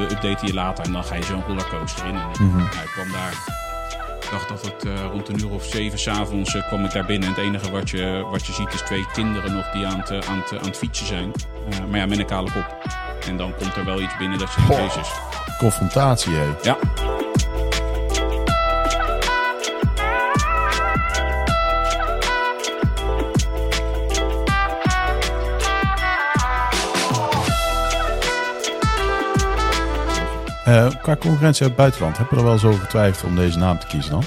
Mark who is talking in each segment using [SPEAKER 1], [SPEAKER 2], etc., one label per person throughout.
[SPEAKER 1] we updaten je later en dan ga je zo'n rollercoaster in. En ik kwam daar, ik dacht dat het rond een uur of 7 s'avonds kwam ik daar binnen. En het enige wat je ziet is 2 kinderen nog die aan het fietsen zijn. Maar ja, met een kale kop. En dan komt er wel iets binnen dat je denkt, Jezus.
[SPEAKER 2] Confrontatie, hè?
[SPEAKER 1] Ja.
[SPEAKER 2] Qua concurrentie uit het buitenland, heb je er wel eens over getwijfeld om deze naam te kiezen dan?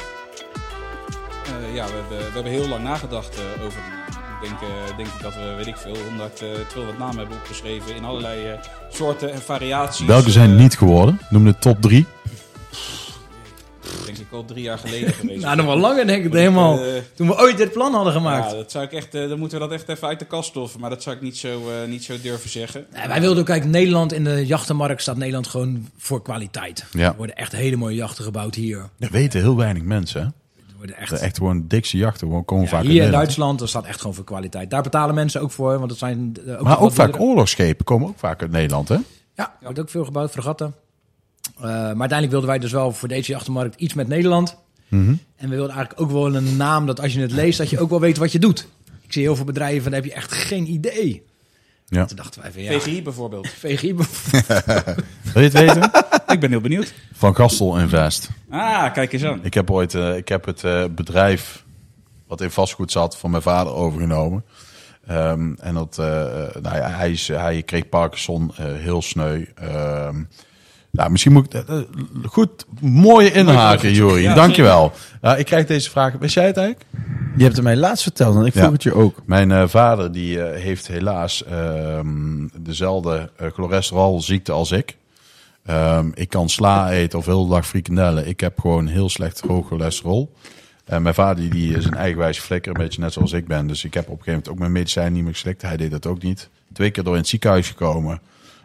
[SPEAKER 1] We hebben heel lang nagedacht over die naam. Denk ik dat we, weet ik veel, 200 namen hebben opgeschreven in allerlei soorten en variaties.
[SPEAKER 2] Welke zijn niet geworden? Noem de top 3.
[SPEAKER 1] Denk ik al 3 jaar geleden geweest.
[SPEAKER 3] Nou, nog wel langer denk ik helemaal. Toen we ooit dit plan hadden gemaakt.
[SPEAKER 1] Ja, dat zou ik echt, dan moeten we dat echt even uit de kast stoffen. Maar dat zou ik niet zo durven zeggen.
[SPEAKER 3] Nee, wij wilden ook kijken, Nederland in de jachtenmarkt staat Nederland gewoon voor kwaliteit.
[SPEAKER 2] Ja.
[SPEAKER 3] Er worden echt hele mooie jachten gebouwd hier.
[SPEAKER 2] Dat weten heel weinig mensen, hè?
[SPEAKER 3] Er worden
[SPEAKER 2] Echt gewoon de dikste jachten. Gewoon komen vaak
[SPEAKER 3] hier in
[SPEAKER 2] Nederland.
[SPEAKER 3] Duitsland, dat staat echt gewoon voor kwaliteit. Daar betalen mensen ook voor, want het zijn...
[SPEAKER 2] Maar ook vaak oorlogsschepen komen ook vaak uit Nederland, hè?
[SPEAKER 3] Ja, er wordt ook veel gebouwd, fregatten. Maar uiteindelijk wilden wij dus wel voor deze jachtenmarkt iets met Nederland. En we wilden eigenlijk ook wel een naam dat als je het leest, dat je ook wel weet wat je doet. Ik zie heel veel bedrijven, daar heb je echt geen idee.
[SPEAKER 2] Ja.
[SPEAKER 3] Toen dachten wij van
[SPEAKER 1] VGI bijvoorbeeld.
[SPEAKER 3] VGI
[SPEAKER 2] Wil je het weten?
[SPEAKER 1] Ik ben heel benieuwd.
[SPEAKER 2] Van Gastel Invest.
[SPEAKER 1] Kijk eens aan.
[SPEAKER 2] Ik heb het bedrijf wat in vastgoed zat van mijn vader overgenomen. En dat, hij kreeg Parkinson, heel sneu. Misschien moet ik... goed, mooie inhaken, Jori.
[SPEAKER 1] Ja,
[SPEAKER 2] Dankjewel. Ik krijg deze vraag. Wist jij het eigenlijk?
[SPEAKER 4] Je hebt het mij laatst verteld en ik vroeg het je ook.
[SPEAKER 2] Mijn vader die heeft helaas dezelfde cholesterolziekte als ik. Ik kan sla eten of heel de dag frikandellen. Ik heb gewoon heel slecht hoog cholesterol. Mijn vader die is een eigenwijze flikker, een beetje net zoals ik ben. Dus ik heb op een gegeven moment ook mijn medicijnen niet meer geslikt. Hij deed dat ook niet. 2 keer door in het ziekenhuis gekomen.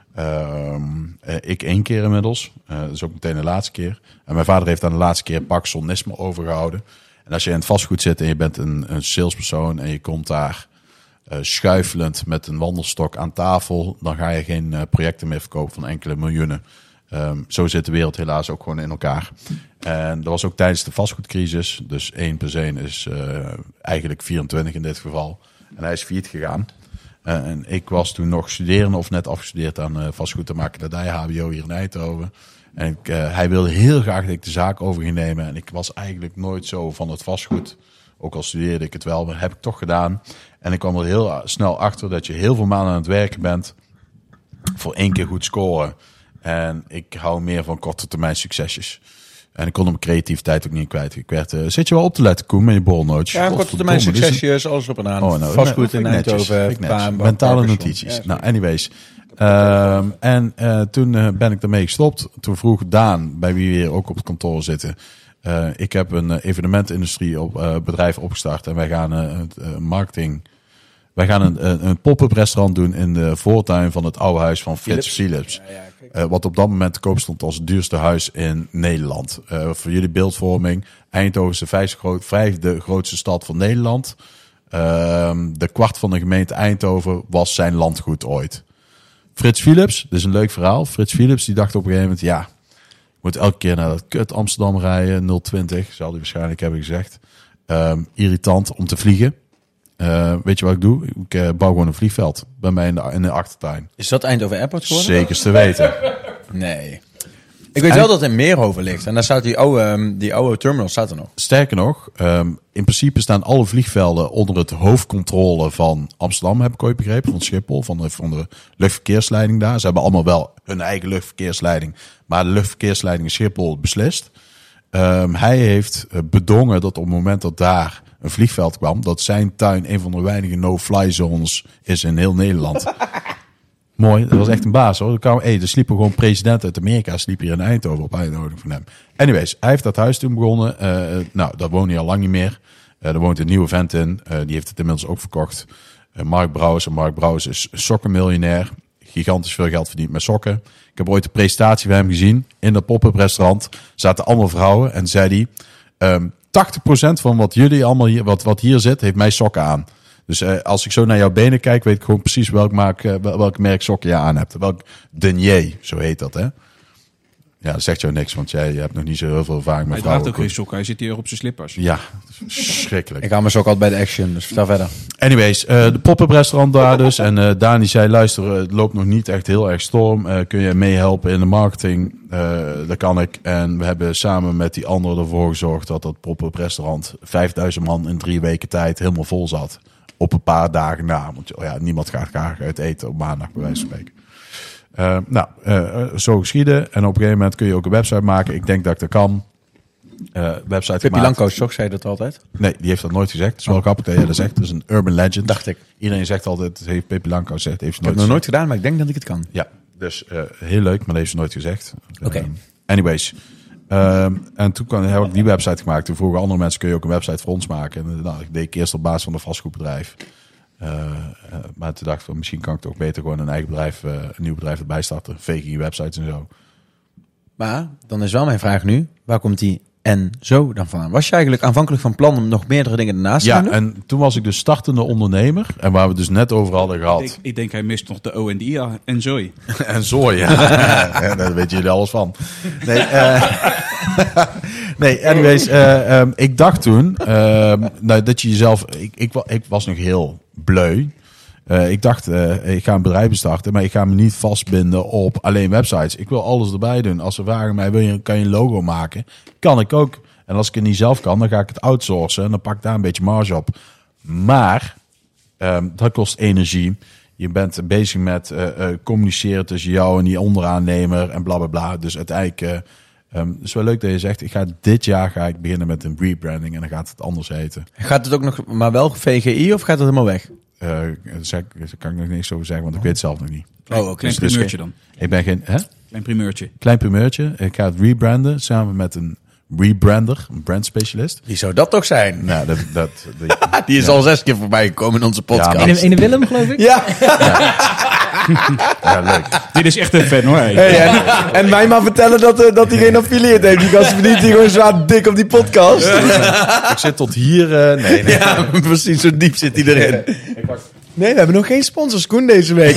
[SPEAKER 2] Ik 1 keer inmiddels. Dat is ook meteen de laatste keer. En mijn vader heeft aan de laatste keer Parkinsonisme overgehouden. En als je in het vastgoed zit en je bent een salespersoon en je komt daar schuifelend met een wandelstok aan tafel, dan ga je geen projecten meer verkopen van enkele miljoenen. Zo zit de wereld helaas ook gewoon in elkaar. En dat was ook tijdens de vastgoedcrisis. Dus 1 plus 1 is eigenlijk 24 in dit geval. En hij is failliet gegaan. En ik was toen nog studerende of net afgestudeerd aan vastgoed te maken. Dat HBO hier in Eindhoven. En hij wilde heel graag dat ik de zaak over ging nemen. En ik was eigenlijk nooit zo van het vastgoed. Ook al studeerde ik het wel, maar heb ik toch gedaan. En ik kwam er heel snel achter dat je heel veel maanden aan het werken bent voor 1 keer goed scoren. En ik hou meer van korte termijn succesjes. En ik kon mijn creativiteit ook niet kwijt. Zit je wel op te letten, Koen, met je borrelnootjes?
[SPEAKER 4] Ja, korte termijn succesjes, alles op en aan. Vastgoed in Eindhoven.
[SPEAKER 2] Mentale notities. Nou, anyways. Toen ben ik ermee gestopt. Toen vroeg Daan, bij wie we hier ook op het kantoor zitten. Ik heb een evenementindustrie bedrijf opgestart. En wij gaan marketing... Wij gaan een pop-up restaurant doen in de voortuin van het oude huis van Frits Philips. Wat op dat moment te koop stond als het duurste huis in Nederland. Voor jullie beeldvorming. Eindhoven is de 5e grootste stad van Nederland. De kwart van de gemeente Eindhoven was zijn landgoed ooit. Frits Philips, dit is een leuk verhaal. Frits Philips die dacht op een gegeven moment, ja, ik moet elke keer naar dat kut Amsterdam rijden. 020, zal hij waarschijnlijk hebben gezegd. Irritant om te vliegen. Weet je wat ik doe? Ik bouw gewoon een vliegveld bij mij in de achtertuin.
[SPEAKER 4] Is dat Eindhoven Airport geworden?
[SPEAKER 2] Zekers te weten.
[SPEAKER 4] Nee. Ik weet wel dat het in Meerhoven ligt. En daar staat die oude terminal staat er nog.
[SPEAKER 2] Sterker nog, in principe staan alle vliegvelden onder het hoofdcontrole van Amsterdam, heb ik ooit begrepen, van Schiphol, van de luchtverkeersleiding daar. Ze hebben allemaal wel hun eigen luchtverkeersleiding, maar de luchtverkeersleiding in Schiphol beslist. Hij heeft bedongen dat op het moment dat daar een vliegveld kwam, dat zijn tuin een van de weinige no-fly zones is in heel Nederland. Mooi, dat was echt een baas hoor. Er sliepen gewoon president uit Amerika, sliep hier in Eindhoven op uitnodiging van hem. Anyways, hij heeft dat huis toen begonnen. Daar woont hij al lang niet meer. Er woont een nieuwe vent in. Die heeft het inmiddels ook verkocht. Mark Brouwers. En Mark Brouwers is sokkenmiljonair. Gigantisch veel geld verdiend met sokken. Ik heb ooit een presentatie van hem gezien. In dat pop-up restaurant zaten allemaal vrouwen. En zei hij, 80% van wat jullie allemaal hier, wat hier zit, heeft mij sokken aan. Dus als ik zo naar jouw benen kijk, weet ik gewoon precies welk merk sokken je aan hebt. Welk denier, zo heet dat, hè. Ja, dat zegt jou niks, want jij hebt nog niet zo heel veel ervaring met
[SPEAKER 1] Hij draagt
[SPEAKER 2] vrouwen.
[SPEAKER 1] ook geen sokken. Hij zit hier op zijn slippers.
[SPEAKER 2] Ja, verschrikkelijk.
[SPEAKER 4] Ik hou me zo ook altijd bij de Action, dus vertel verder.
[SPEAKER 2] Anyways, de pop-up restaurant daar dus. En Dani zei, luister, het loopt nog niet echt heel erg storm. Kun je meehelpen in de marketing? Dat kan ik. En we hebben samen met die anderen ervoor gezorgd dat pop-up restaurant 5000 man in 3 weken tijd helemaal vol zat. Op een paar dagen na. Want niemand gaat graag uit eten op maandag, bij wijze van spreken. Zo geschieden. En op een gegeven moment kun je ook een website maken. Ik denk dat ik dat kan. Website
[SPEAKER 4] Pippi
[SPEAKER 2] gemaakt.
[SPEAKER 4] Langkous, toch? Zei je dat altijd?
[SPEAKER 2] Nee, die heeft dat nooit gezegd. Het is wel grappig dat jij dat zegt. Het is een urban legend.
[SPEAKER 4] Dacht ik.
[SPEAKER 2] Iedereen zegt altijd, het heeft Pippi Langkous gezegd. Heeft ze
[SPEAKER 4] Ik heb het nog nooit gedaan, maar ik denk dat ik het kan.
[SPEAKER 2] Ja, dus heel leuk, maar dat heeft ze nooit gezegd.
[SPEAKER 4] Oké.
[SPEAKER 2] Anyways. En toen heb ik die website gemaakt. Toen vroegen andere mensen, kun je ook een website voor ons maken? En, ik deed eerst op basis van een vastgoedbedrijf. Maar toen dacht ik, misschien kan ik toch beter gewoon een eigen bedrijf, een nieuw bedrijf erbij starten. VGI-websites en zo.
[SPEAKER 4] Maar dan is wel mijn vraag nu, waar komt die en zo dan van? Was je eigenlijk aanvankelijk van plan om nog meerdere dingen ernaast te
[SPEAKER 2] Ja,
[SPEAKER 4] doen?
[SPEAKER 2] en toen was ik dus startende ondernemer. En waar we het dus net over hadden gehad.
[SPEAKER 1] Ik denk hij mist nog de O&I en Zoe.
[SPEAKER 2] En zo, ja. Daar weten jullie alles van. Nee, anyways. Ik dacht toen dat je jezelf... Ik was nog heel bleu. Ik dacht, ik ga een bedrijf starten, maar ik ga me niet vastbinden op alleen websites. Ik wil alles erbij doen. Als ze vragen mij, kan je een logo maken? Kan ik ook. En als ik het niet zelf kan, dan ga ik het outsourcen. En dan pak ik daar een beetje marge op. Maar dat kost energie. Je bent bezig met communiceren tussen jou en die onderaannemer en bla bla bla. Dus uiteindelijk... het is wel leuk dat je zegt, dit jaar beginnen met een rebranding en dan gaat het anders heten.
[SPEAKER 4] Gaat het ook nog, maar wel VGI of gaat het helemaal weg?
[SPEAKER 2] Daar kan ik nog niks over zeggen, want ik weet het zelf nog niet.
[SPEAKER 1] Klein primeurtje dan.
[SPEAKER 2] Ik ben geen...
[SPEAKER 1] Klein primeurtje.
[SPEAKER 2] Klein primeurtje. Ik ga het rebranden samen met een rebrander, een brandspecialist.
[SPEAKER 4] Wie zou dat toch zijn?
[SPEAKER 2] Nou,
[SPEAKER 4] Die is al 6 keer voorbij gekomen in onze podcast.
[SPEAKER 2] Ja,
[SPEAKER 3] In de Willem, geloof ik?
[SPEAKER 4] Ja.
[SPEAKER 2] Ja, leuk.
[SPEAKER 1] Dit is echt een fan hoor.
[SPEAKER 4] En mij maar vertellen dat hij geen affiliate heeft. Die gast verdient hij gewoon zwaar dik op die podcast.
[SPEAKER 2] Ik zit tot hier... nee.
[SPEAKER 4] Ja, precies. Zo diep zit hij erin. Nee, we hebben nog geen sponsors, Koen, deze week.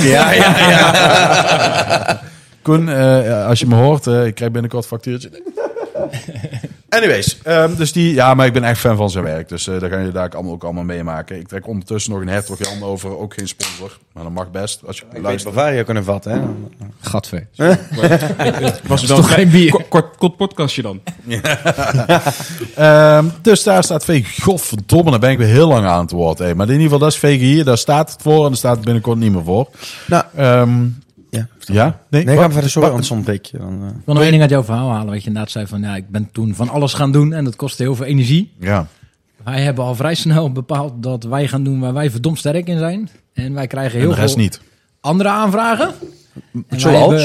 [SPEAKER 4] Ja.
[SPEAKER 2] Koen, als je me hoort, ik krijg binnenkort een factuurtje. Anyways, dus maar ik ben echt fan van zijn werk. Dus daar gaan jullie daar ook allemaal meemaken. Ik trek ondertussen nog een Hertog Jan over, ook geen sponsor. Maar dat mag best, als je luistert.
[SPEAKER 4] Bavaria kunnen vatten, hè?
[SPEAKER 3] Gadver.
[SPEAKER 1] Was het
[SPEAKER 3] toch geen bier?
[SPEAKER 1] Kort podcastje dan.
[SPEAKER 2] Dus daar staat VGI. Godverdomme, daar ben ik weer heel lang aan het woord. Maar in ieder geval, dat is VGI. Daar staat het voor en daar staat het binnenkort niet meer voor.
[SPEAKER 4] Nou,
[SPEAKER 2] ja?
[SPEAKER 4] Nee, gaan we verder. Sorry, anders ontbreek je. Dan,
[SPEAKER 3] Ik wil nog één ding uit jouw verhaal halen. Wat je inderdaad zei van, ik ben toen van alles gaan doen en dat kostte heel veel energie.
[SPEAKER 2] Ja.
[SPEAKER 3] Wij hebben al vrij snel bepaald dat wij gaan doen waar wij verdomd sterk in zijn. En wij krijgen heel
[SPEAKER 2] En de rest
[SPEAKER 3] veel
[SPEAKER 2] niet.
[SPEAKER 3] andere aanvragen. En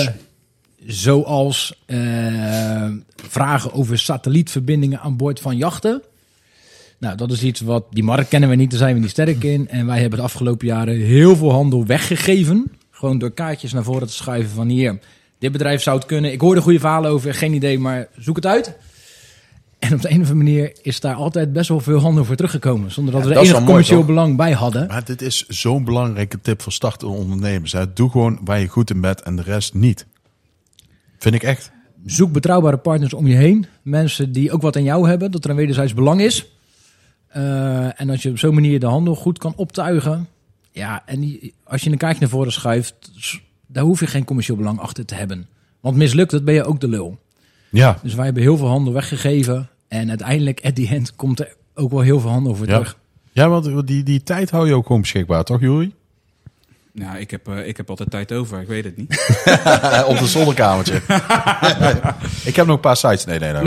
[SPEAKER 3] zoals vragen over satellietverbindingen aan boord van jachten. Nou, dat is iets wat, die markt kennen we niet, daar zijn we niet sterk in. En wij hebben de afgelopen jaren heel veel handel weggegeven. Gewoon door kaartjes naar voren te schuiven van hier, dit bedrijf zou het kunnen. Ik hoor er goede verhalen over, geen idee, maar zoek het uit. En op de een of andere manier is daar altijd best wel veel handel voor teruggekomen. Zonder dat we er enig commercieel belang bij hadden.
[SPEAKER 2] Maar dit is zo'n belangrijke tip voor startende ondernemers. Hè. Doe gewoon waar je goed in bent en de rest niet. Vind ik echt.
[SPEAKER 3] Zoek betrouwbare partners om je heen. Mensen die ook wat aan jou hebben, dat er een wederzijds belang is. En als je op zo'n manier de handel goed kan optuigen. Ja, en als je een kaartje naar voren schuift, daar hoef je geen commercieel belang achter te hebben. Want mislukt het, ben je ook de lul.
[SPEAKER 2] Ja.
[SPEAKER 3] Dus wij hebben heel veel handel weggegeven. En uiteindelijk, at the end, komt er ook wel heel veel handel voor terug.
[SPEAKER 2] Ja, want die tijd hou je ook gewoon beschikbaar, toch Joeri?
[SPEAKER 1] Nou, ik heb altijd tijd over. Ik weet het niet.
[SPEAKER 2] Op de zolderkamertje. Ik heb nog een paar sites.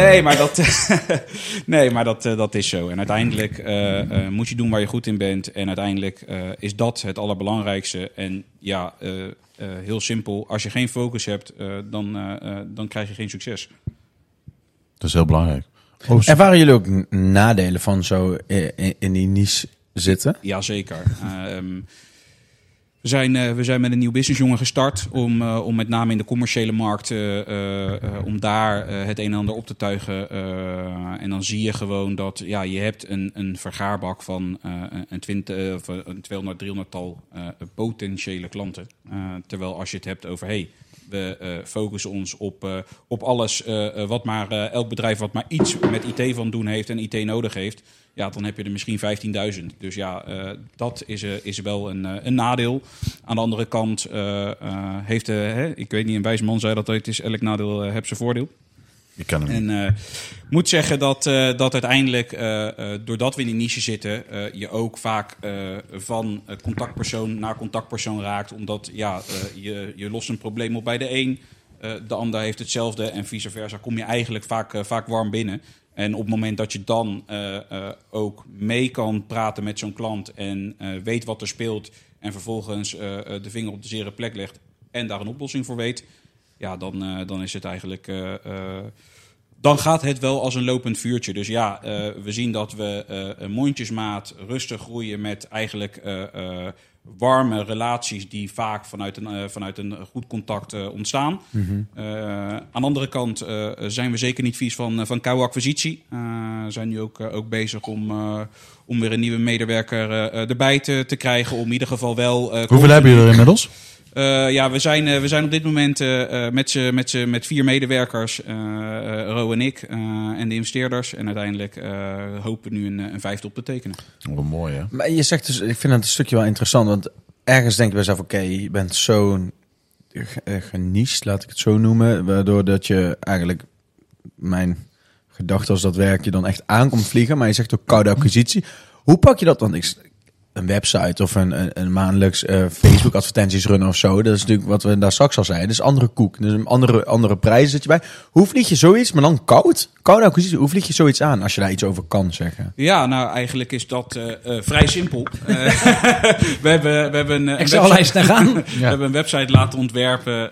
[SPEAKER 1] Nee, maar dat is zo. En uiteindelijk moet je doen waar je goed in bent. En uiteindelijk is dat het allerbelangrijkste. En ja, heel simpel. Als je geen focus hebt, dan krijg je geen succes.
[SPEAKER 2] Dat is heel belangrijk.
[SPEAKER 4] Ervaren jullie ook nadelen van zo in die niche zitten?
[SPEAKER 1] Jazeker. We zijn met een nieuw businessjongen gestart om met name in de commerciële markt om daar het een en ander op te tuigen. En dan zie je gewoon dat je hebt een vergaarbak van een 200, 300-tal potentiële klanten. Terwijl als je het hebt over we focussen ons op alles wat maar elk bedrijf wat maar iets met IT van doen heeft en IT nodig heeft. Ja, dan heb je er misschien 15.000. Dus dat is wel een nadeel. Aan de andere kant heeft ik weet niet, een wijze man zei dat het is, elk nadeel heeft zijn voordeel.
[SPEAKER 2] Ik kan hem niet.
[SPEAKER 1] En moet zeggen dat uiteindelijk, doordat we in die niche zitten, je ook vaak van contactpersoon naar contactpersoon raakt. Omdat je lost een probleem op bij de een, de ander heeft hetzelfde en vice versa. Kom je eigenlijk vaak warm binnen. En op het moment dat je dan ook mee kan praten met zo'n klant en weet wat er speelt en vervolgens de vinger op de zere plek legt en daar een oplossing voor weet, ja, dan is het eigenlijk dan gaat het wel als een lopend vuurtje. Dus we zien dat we mondjesmaat rustig groeien met eigenlijk warme relaties die vaak vanuit een goed contact ontstaan. Mm-hmm. Aan de andere kant zijn we zeker niet vies van koude acquisitie. We zijn nu ook bezig om weer een nieuwe medewerker erbij te krijgen. Om in ieder geval wel...
[SPEAKER 2] Hoeveel hebben jullie er inmiddels?
[SPEAKER 1] We zijn op dit moment met 4 medewerkers, Ro en ik, en de investeerders. En uiteindelijk hopen we nu een 5e op te tekenen.
[SPEAKER 2] Wat mooi, hè?
[SPEAKER 4] Maar je zegt dus, ik vind het een stukje wel interessant, want ergens denk je bij jezelf, oké, je bent zo geniest, laat ik het zo noemen, waardoor dat je eigenlijk, mijn gedachte als dat werk je dan echt aankomt vliegen, maar je zegt ook koude acquisitie. Hoe pak je dat dan? Een website of een maandelijks Facebook advertenties runnen of zo. Dat is natuurlijk wat we daar straks al zeiden. Dus andere koek. Dus een andere prijzen zit je bij. Hoe vlieg je zoiets, maar dan koud? Koude acquisitie. Hoe vlieg je zoiets aan als je daar iets over kan zeggen?
[SPEAKER 1] Ja, nou eigenlijk is dat vrij simpel. We hebben een
[SPEAKER 3] Excel-lijst gaan.
[SPEAKER 1] We hebben een website laten ontwerpen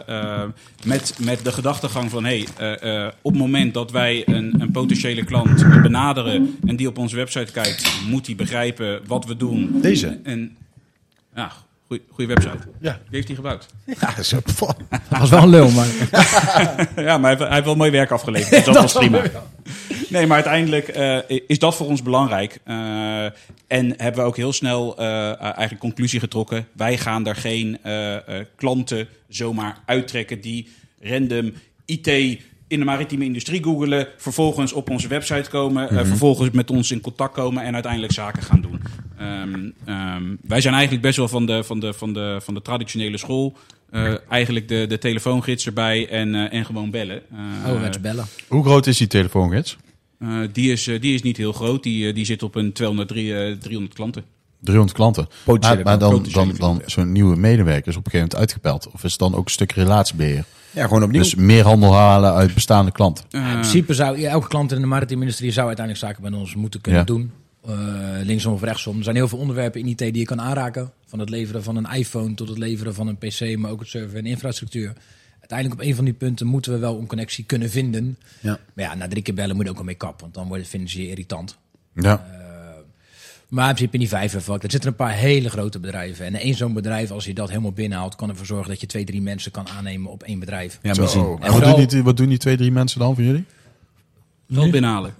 [SPEAKER 1] met de gedachtegang van op het moment dat wij een potentiële klant benaderen en die op onze website kijkt, moet hij begrijpen wat we doen.
[SPEAKER 2] Deze?
[SPEAKER 1] En ja, goede website.
[SPEAKER 2] Ja.
[SPEAKER 1] Wie heeft die gebouwd?
[SPEAKER 2] Ja, zo.
[SPEAKER 3] Dat was wel een lul, maar...
[SPEAKER 1] Ja, maar hij heeft wel mooi werk afgeleverd. Dus dat was prima. Nee, maar uiteindelijk is dat voor ons belangrijk. En hebben we ook heel snel eigenlijk conclusie getrokken. Wij gaan daar geen klanten zomaar uittrekken die random IT in de maritieme industrie googelen, vervolgens op onze website komen, vervolgens met ons in contact komen en uiteindelijk zaken gaan doen. Wij zijn eigenlijk best wel van de traditionele school. Eigenlijk de telefoongids erbij en gewoon bellen.
[SPEAKER 3] Bellen.
[SPEAKER 2] Hoe groot is die telefoongids?
[SPEAKER 1] Die is niet heel groot. Die zit op een 300 klanten.
[SPEAKER 2] 300 klanten. Maar
[SPEAKER 1] Potentiële
[SPEAKER 2] dan zo'n nieuwe medewerker is op een gegeven moment uitgepeld. Of is het dan ook een stuk relatiebeheer?
[SPEAKER 4] Ja, gewoon opnieuw.
[SPEAKER 2] Dus meer handel halen uit bestaande klanten.
[SPEAKER 3] In principe zou elke klant in de maritieme industrie zou uiteindelijk zaken bij ons moeten kunnen doen. Linksom of rechtsom. Er zijn heel veel onderwerpen in IT die je kan aanraken. Van het leveren van een iPhone tot het leveren van een PC, maar ook het server en infrastructuur. Uiteindelijk op een van die punten moeten we wel een connectie kunnen vinden. Ja. Maar ja, na 3 keer bellen moet je ook al mee kappen, want dan vinden ze je irritant.
[SPEAKER 2] Ja.
[SPEAKER 3] Maar in principe in die 5 vak, er zitten een paar hele grote bedrijven. En één zo'n bedrijf, als je dat helemaal binnenhaalt, kan ervoor zorgen dat je 2-3 mensen kan aannemen op één bedrijf.
[SPEAKER 2] Ja, en wat doen die 2-3 mensen dan voor jullie?
[SPEAKER 1] Wel binnenhalen.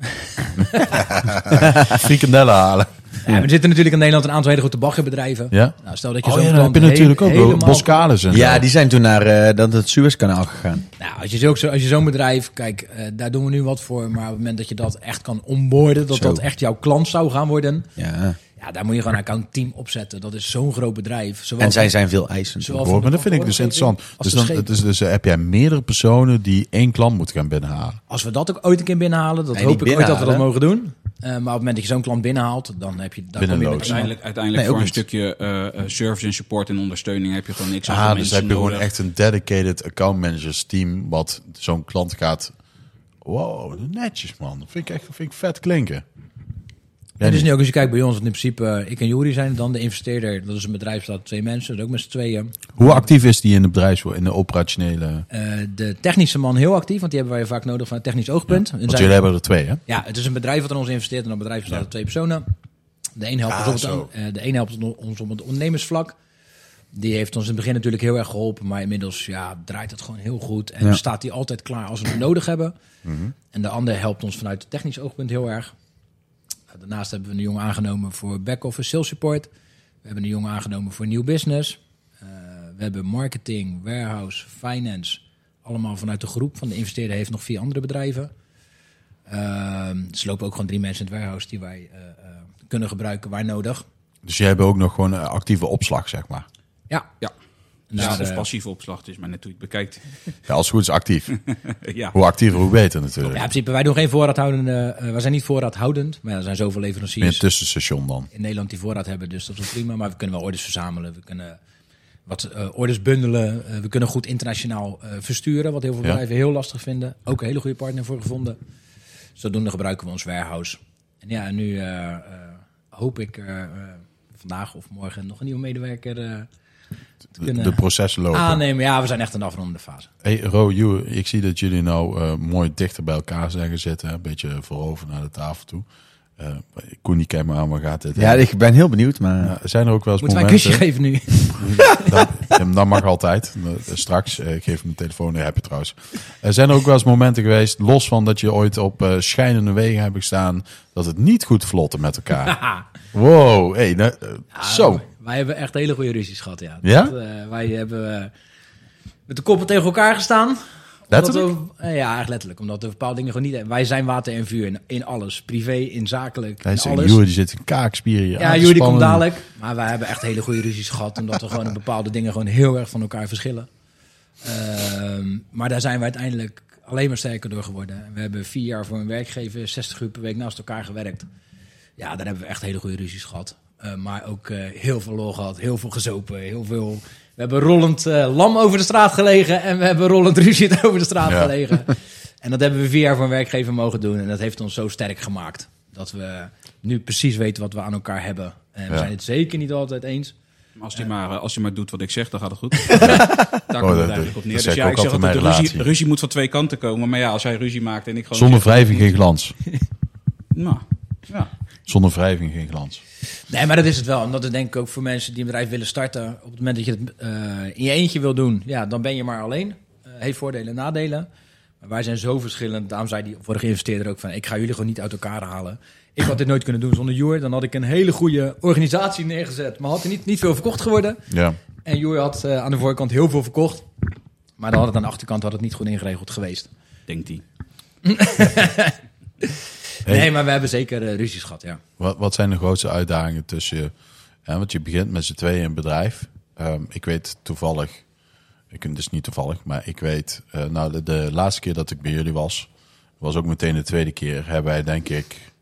[SPEAKER 2] Frikandellen halen.
[SPEAKER 3] Ja, maar er zitten natuurlijk in Nederland een aantal hele grote baggerbedrijven. Ja? Nou, stel dat je zo'n
[SPEAKER 2] heb je natuurlijk ook Boskalis en
[SPEAKER 4] ja, die zijn toen naar het Suezkanaal gegaan.
[SPEAKER 3] Nou, als je zo'n bedrijf, kijk, daar doen we nu wat voor. Maar op het moment dat je dat echt kan onboarden, dat echt jouw klant zou gaan worden. Ja, daar moet je gewoon een accountteam opzetten. Dat is zo'n groot bedrijf.
[SPEAKER 4] En zij zijn veel eisend.
[SPEAKER 2] Maar dat vind ik dus interessant. Dus heb jij meerdere personen die 1 klant moeten gaan binnenhalen?
[SPEAKER 3] Als we dat ook ooit een keer binnenhalen, dat hoop ik ooit dat we dat mogen doen. Maar op het moment dat je zo'n klant binnenhaalt, dan heb je daar
[SPEAKER 1] uiteindelijk voor een stukje service en support en ondersteuning heb je gewoon niks aan.
[SPEAKER 2] Dus heb je gewoon echt een dedicated account managers team wat zo'n klant gaat. Wow, netjes man. Dat vind ik vet klinken.
[SPEAKER 3] Ja, het is nu ook als je kijkt bij ons, want in principe ik en Juri zijn dan de investeerder. Dat is een bedrijf, staat 2 mensen, dat ook met z'n tweeën.
[SPEAKER 2] Hoe actief is die in het bedrijf, in de operationele?
[SPEAKER 3] De technische man heel actief, want die hebben wij vaak nodig van het technisch oogpunt.
[SPEAKER 2] Ja, want jullie hebben er 2, hè?
[SPEAKER 3] Ja, het is een bedrijf wat in ons investeert en dat bedrijf bestaat uit 2 personen. De een helpt ons op het ondernemersvlak. Die heeft ons in het begin natuurlijk heel erg geholpen, maar inmiddels draait het gewoon heel goed. En staat die altijd klaar als we het nodig hebben. Mm-hmm. En de ander helpt ons vanuit het technisch oogpunt heel erg. Daarnaast hebben we een jongen aangenomen voor back-office sales support. We hebben een jongen aangenomen voor nieuw business. We We hebben marketing, warehouse, finance. Allemaal vanuit de groep. Van de investeerder heeft nog 4 andere bedrijven. Ze lopen ook gewoon 3 mensen in het warehouse die wij kunnen gebruiken waar nodig.
[SPEAKER 2] Dus jij hebt ook nog gewoon een actieve opslag, zeg maar.
[SPEAKER 3] Ja.
[SPEAKER 1] Of passieve opslag, het is maar net hoe je het bekijkt.
[SPEAKER 2] Ja, als het goed is actief.
[SPEAKER 1] Ja.
[SPEAKER 2] Hoe actiever, hoe beter natuurlijk.
[SPEAKER 3] Ja, in principe, wij doen geen voorraadhoudende. Wij zijn niet voorraadhoudend, maar er zijn zoveel
[SPEAKER 2] Meer
[SPEAKER 3] leveranciers
[SPEAKER 2] een tussenstation dan.
[SPEAKER 3] in Nederland die voorraad hebben, dus dat is wel prima. Maar we kunnen wel orders verzamelen, we kunnen wat orders bundelen, we kunnen goed internationaal versturen, wat heel veel bedrijven heel lastig vinden. Ook een hele goede partner voor gevonden. Zodoende gebruiken we ons warehouse. En ja, nu hoop ik vandaag of morgen nog een nieuwe medewerker te kunnen
[SPEAKER 2] De processen lopen.
[SPEAKER 3] aannemen. Ja, we zijn echt in de afrondende fase.
[SPEAKER 2] Hey Ro, ik zie dat jullie nou mooi dichter bij elkaar zijn gezeten. Een beetje voorover naar de tafel toe. Koen, kijk maar aan, waar gaat dit?
[SPEAKER 4] Ja, ik ben heel benieuwd, maar...
[SPEAKER 2] Ja, zijn er ook wel eens
[SPEAKER 3] Moeten wij een
[SPEAKER 2] momenten...
[SPEAKER 3] kusje geven nu?
[SPEAKER 2] Dat mag altijd. Straks, ik geef mijn telefoon, heb je trouwens. Zijn er ook wel eens momenten geweest, los van dat je ooit op schijnende wegen hebt gestaan, dat het niet goed vlotte met elkaar? Wow, hey, zo.
[SPEAKER 3] Wij hebben echt hele goede ruzies gehad, ja.
[SPEAKER 2] Ja?
[SPEAKER 3] Wij hebben met de koppen tegen elkaar gestaan.
[SPEAKER 2] Letterlijk?
[SPEAKER 3] Ja, echt letterlijk. Omdat we bepaalde dingen gewoon niet... Wij zijn water en vuur in alles. Privé, in zakelijk,
[SPEAKER 2] Hij
[SPEAKER 3] in
[SPEAKER 2] zegt,
[SPEAKER 3] alles.
[SPEAKER 2] Joeri, die zit een kaakspier hier.
[SPEAKER 3] Ja, Joeri komt dadelijk. Maar wij hebben echt hele goede ruzies gehad. Omdat we gewoon in bepaalde dingen gewoon heel erg van elkaar verschillen. Maar daar zijn we uiteindelijk alleen maar sterker door geworden. We hebben 4 jaar voor een werkgever 60 uur per week naast elkaar gewerkt. Ja, daar hebben we echt hele goede ruzies gehad. Maar ook heel veel lol gehad, heel veel gezopen, heel veel... We hebben rollend lam over de straat gelegen en we hebben rollend ruzie over de straat gelegen. En dat hebben we 4 jaar voor een werkgever mogen doen. En dat heeft ons zo sterk gemaakt. Dat we nu precies weten wat we aan elkaar hebben. En we zijn het zeker niet altijd eens.
[SPEAKER 1] Als je maar doet wat ik zeg, dan gaat het goed. Daar komt het eigenlijk op neer.
[SPEAKER 2] dat
[SPEAKER 1] Dus
[SPEAKER 2] zeg ik
[SPEAKER 1] ik
[SPEAKER 2] ook
[SPEAKER 1] zeg
[SPEAKER 2] altijd in
[SPEAKER 1] altijd,
[SPEAKER 2] mijn
[SPEAKER 1] de ruzie moet van 2 kanten komen. Maar ja, als hij ruzie maakt en ik gewoon...
[SPEAKER 2] Zonder wrijving geen glans.
[SPEAKER 1] Nou, ja.
[SPEAKER 2] Zonder wrijving geen glans.
[SPEAKER 3] Nee, maar dat is het wel. Omdat ik denk ook voor mensen die een bedrijf willen starten... op het moment dat je het in je eentje wil doen... ja, dan ben je maar alleen. Heeft voordelen en nadelen. Maar wij zijn zo verschillend. Daarom zei die vorige investeerder ook van... ik ga jullie gewoon niet uit elkaar halen. Ik had dit nooit kunnen doen zonder Joer. Dan had ik een hele goede organisatie neergezet. Maar had er niet veel verkocht geworden. Ja. En Joer had aan de voorkant heel veel verkocht. Maar dan had het aan de achterkant had het niet goed ingeregeld geweest.
[SPEAKER 1] Denkt hij.
[SPEAKER 2] Hey.
[SPEAKER 3] Nee, maar we hebben zeker ruzies gehad, ja.
[SPEAKER 2] Wat zijn de grootste uitdagingen tussen je... want je begint met z'n tweeën in een bedrijf. Ik weet toevallig... Dus niet toevallig, maar ik weet... de laatste keer dat ik bij jullie was ook meteen de tweede keer. Hebben wij, denk ik...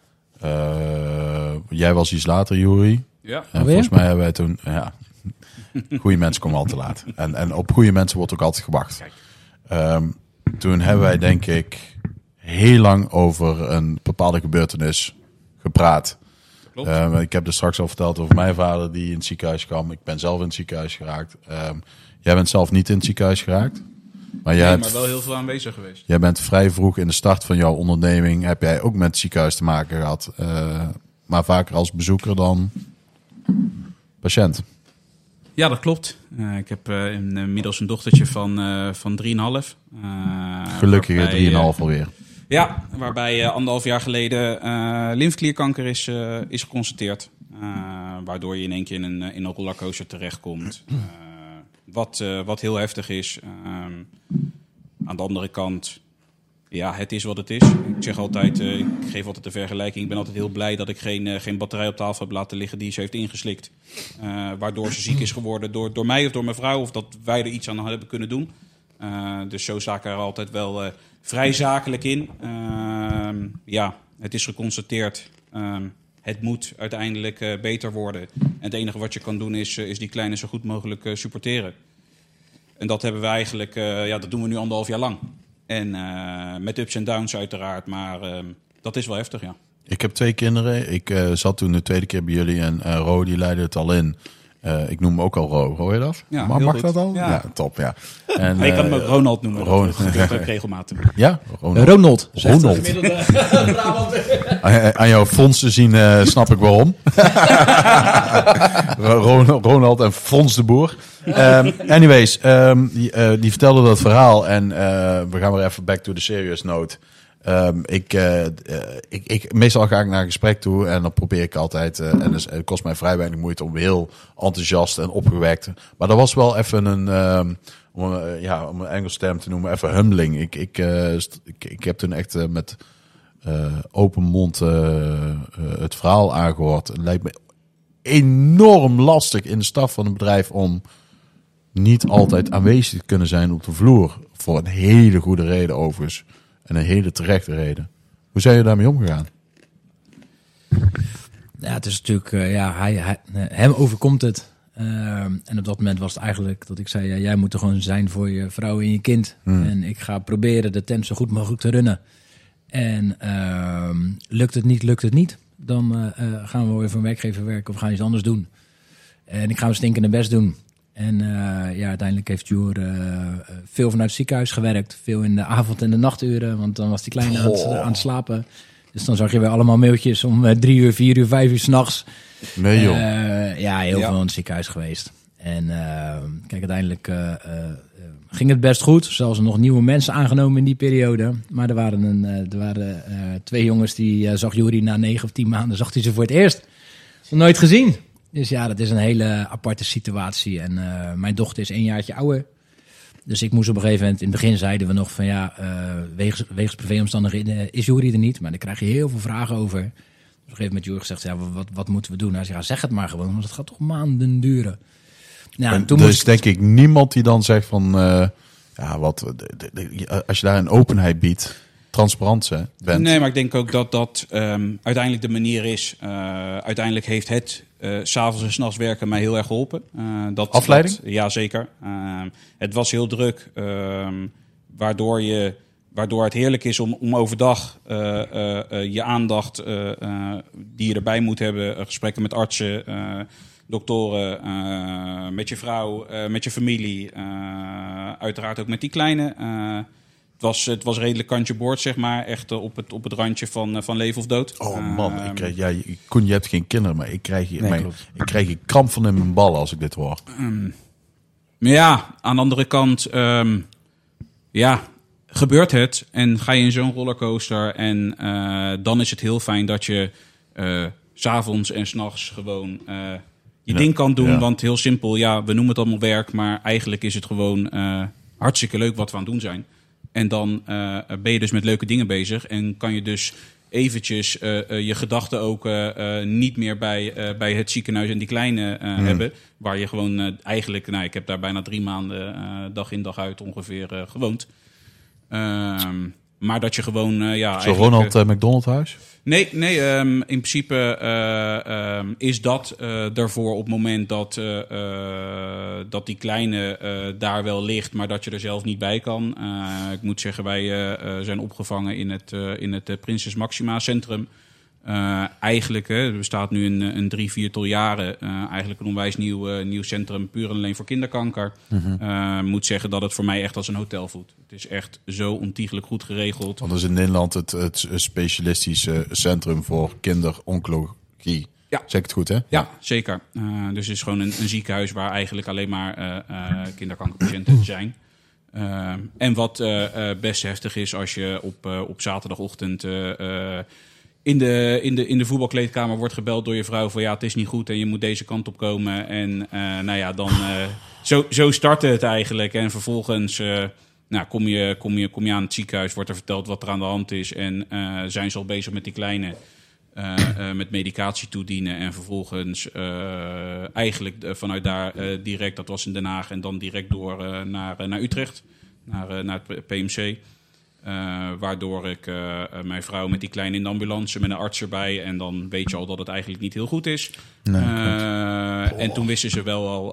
[SPEAKER 2] jij was iets later, Joeri.
[SPEAKER 1] Ja.
[SPEAKER 2] En volgens mij hebben wij toen... Ja, goede mensen komen altijd te laat. En op goede mensen wordt ook altijd gewacht. Toen hebben wij, denk ik... heel lang over een bepaalde gebeurtenis gepraat. Klopt. Ik heb er straks al verteld over mijn vader die in het ziekenhuis kwam. Ik ben zelf in het ziekenhuis geraakt. Jij bent zelf niet in het ziekenhuis geraakt. Maar
[SPEAKER 1] maar wel heel veel aanwezig geweest.
[SPEAKER 2] Jij bent vrij vroeg in de start van jouw onderneming. Heb jij ook met het ziekenhuis te maken gehad. Maar vaker als bezoeker dan patiënt.
[SPEAKER 1] Ja, dat klopt. Ik heb inmiddels een dochtertje van 3,5.
[SPEAKER 2] Gelukkige 3,5 alweer.
[SPEAKER 1] Ja, waarbij 1,5 jaar geleden lymfeklierkanker is geconstateerd. Waardoor je in één keer in een rollercoaster terechtkomt. Wat heel heftig is. Aan de andere kant, ja, het is wat het is. Ik zeg altijd, ik geef altijd de vergelijking. Ik ben altijd heel blij dat ik geen batterij op tafel heb laten liggen die ze heeft ingeslikt. Waardoor ze ziek is geworden door mij of door mijn vrouw. Of dat wij er iets aan hebben kunnen doen. Dus zo sta ik er altijd wel vrij zakelijk in. Ja, het is geconstateerd. Het moet uiteindelijk beter worden. En het enige wat je kan doen is die kleine zo goed mogelijk supporteren. En dat hebben we eigenlijk, dat doen we nu 1,5 jaar lang. En met ups en downs uiteraard, maar dat is wel heftig, ja.
[SPEAKER 2] Ik heb 2 kinderen. Ik zat toen de tweede keer bij jullie en Ro die leidde het al in. Ik noem hem ook al Ro. Hoor je dat?
[SPEAKER 1] Ja,
[SPEAKER 2] mag
[SPEAKER 1] goed.
[SPEAKER 2] dat al?
[SPEAKER 1] Ja,
[SPEAKER 2] ja top, ja. En,
[SPEAKER 1] je kan hem ook Ronald noemen.
[SPEAKER 2] Ronald.
[SPEAKER 1] Dat gebeurt ook regelmatig.
[SPEAKER 2] Ja?
[SPEAKER 3] Ronald.
[SPEAKER 2] Aan jouw fonds te zien snap ik waarom. Ronald en Frans de Boer. Anyways, die vertelde dat verhaal. En we gaan weer even back to the serious note. Meestal ga ik naar een gesprek toe en dan probeer ik altijd, en het kost mij vrij weinig moeite om heel enthousiast en opgewekt. Maar dat was wel even om een Engels term te noemen, even humbling. Ik heb toen echt met open mond het verhaal aangehoord. Het lijkt me enorm lastig in de staf van een bedrijf om niet altijd aanwezig te kunnen zijn op de vloer. Voor een hele goede reden overigens. En een hele terechte reden. Hoe zijn je daarmee omgegaan?
[SPEAKER 3] Ja, het is natuurlijk... hem overkomt het. En op dat moment was het eigenlijk dat ik zei... Ja, jij moet er gewoon zijn voor je vrouw en je kind. En ik ga proberen de tent zo goed mogelijk te runnen. En lukt het niet... dan gaan we weer voor een werkgever werken of gaan iets anders doen. En ik ga mijn stinkende best doen. En uiteindelijk heeft Joer veel vanuit het ziekenhuis gewerkt. Veel in de avond- en de nachturen, want dan was die kleine aan het slapen. Dus dan zag je weer allemaal mailtjes om 3 uur, 4 uur, 5 uur 's nachts.
[SPEAKER 2] Nee joh.
[SPEAKER 3] Heel veel in het ziekenhuis geweest. En kijk, uiteindelijk ging het best goed. Zelfs nog nieuwe mensen aangenomen in die periode. Maar er waren 2 jongens die zag Joeri na 9 of 10 maanden, zag hij ze voor het eerst. Nog nooit gezien. Dus ja, dat is een hele aparte situatie. En mijn dochter is 1 jaartje ouder. Dus ik moest op een gegeven moment... In het begin zeiden we nog van wegens privéomstandigheden is Joeri er niet. Maar daar krijg je heel veel vragen over. Dus op een gegeven moment Joeri gezegd, wat moeten we doen? Hij zei, zeg het maar gewoon, want het gaat toch maanden duren. Nou,
[SPEAKER 2] en toen denk ik niemand die dan zegt van... als je daar een openheid biedt... transparant bent.
[SPEAKER 1] Nee, maar ik denk ook dat uiteindelijk de manier is. Uiteindelijk heeft het 's avonds en 's nachts werken mij heel erg geholpen.
[SPEAKER 2] Afleiding?
[SPEAKER 1] Ja, zeker. Het was heel druk. Waardoor het heerlijk is om overdag je aandacht die je erbij moet hebben. Gesprekken met artsen, doktoren, met je vrouw, met je familie. Uiteraard ook met die kleine. Het was redelijk kantje boord, zeg maar. Echt op het randje van leven of dood.
[SPEAKER 2] Oh man, Koen, je hebt geen kinderen, maar ik krijg hier kramp van in mijn ballen als ik dit hoor.
[SPEAKER 1] Maar ja, aan de andere kant... gebeurt het en ga je in zo'n rollercoaster... en dan is het heel fijn dat je 's avonds en 's nachts gewoon je ding kan doen. Ja. Want heel simpel, we noemen het allemaal werk... maar eigenlijk is het gewoon hartstikke leuk wat we aan het doen zijn... En dan ben je dus met leuke dingen bezig. En kan je dus eventjes je gedachten ook niet meer bij het ziekenhuis en die kleine hebben. Waar je gewoon eigenlijk... ik heb daar bijna 3 maanden dag in dag uit ongeveer gewoond. Maar dat je gewoon...
[SPEAKER 2] Zo Ronald McDonald huis?
[SPEAKER 1] Nee, in principe is dat ervoor op het moment dat die kleine daar wel ligt, maar dat je er zelf niet bij kan. Ik moet zeggen, wij zijn opgevangen in het Prinses Maxima Centrum. Eigenlijk, er bestaat nu een 3-4 jaren eigenlijk een onwijs nieuw centrum, puur en alleen voor kinderkanker. Moet zeggen dat het voor mij echt als een hotel voelt. Het is echt zo ontiegelijk goed geregeld.
[SPEAKER 2] Want dat is in Nederland het specialistische centrum voor kinderoncologie. Ja. Zeg ik het goed, hè?
[SPEAKER 1] Ja, zeker. Dus het is gewoon een ziekenhuis waar eigenlijk alleen maar kinderkankerpatiënten zijn. En wat best heftig is als je op zaterdagochtend... In de voetbalkleedkamer wordt gebeld door je vrouw van het is niet goed en je moet deze kant op komen. En zo startte het eigenlijk. En vervolgens kom je aan het ziekenhuis, wordt er verteld wat er aan de hand is. En zijn ze al bezig met die kleine met medicatie toedienen. En vervolgens eigenlijk vanuit daar direct, dat was in Den Haag, en dan direct door naar Utrecht, naar het PMC. Waardoor ik mijn vrouw met die kleine in de ambulance met een arts erbij. En dan weet je al dat het eigenlijk niet heel goed is. Nee, en toen wisten ze wel al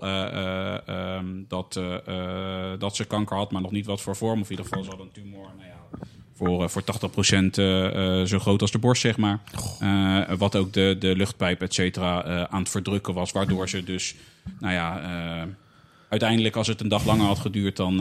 [SPEAKER 1] dat ze kanker had, maar nog niet wat voor vorm. Of in ieder geval ze hadden een tumor. Voor 80% zo groot als de borst, zeg maar. Wat ook de luchtpijp, et cetera, aan het verdrukken was. Waardoor ze dus, uiteindelijk als het een dag langer had geduurd, dan...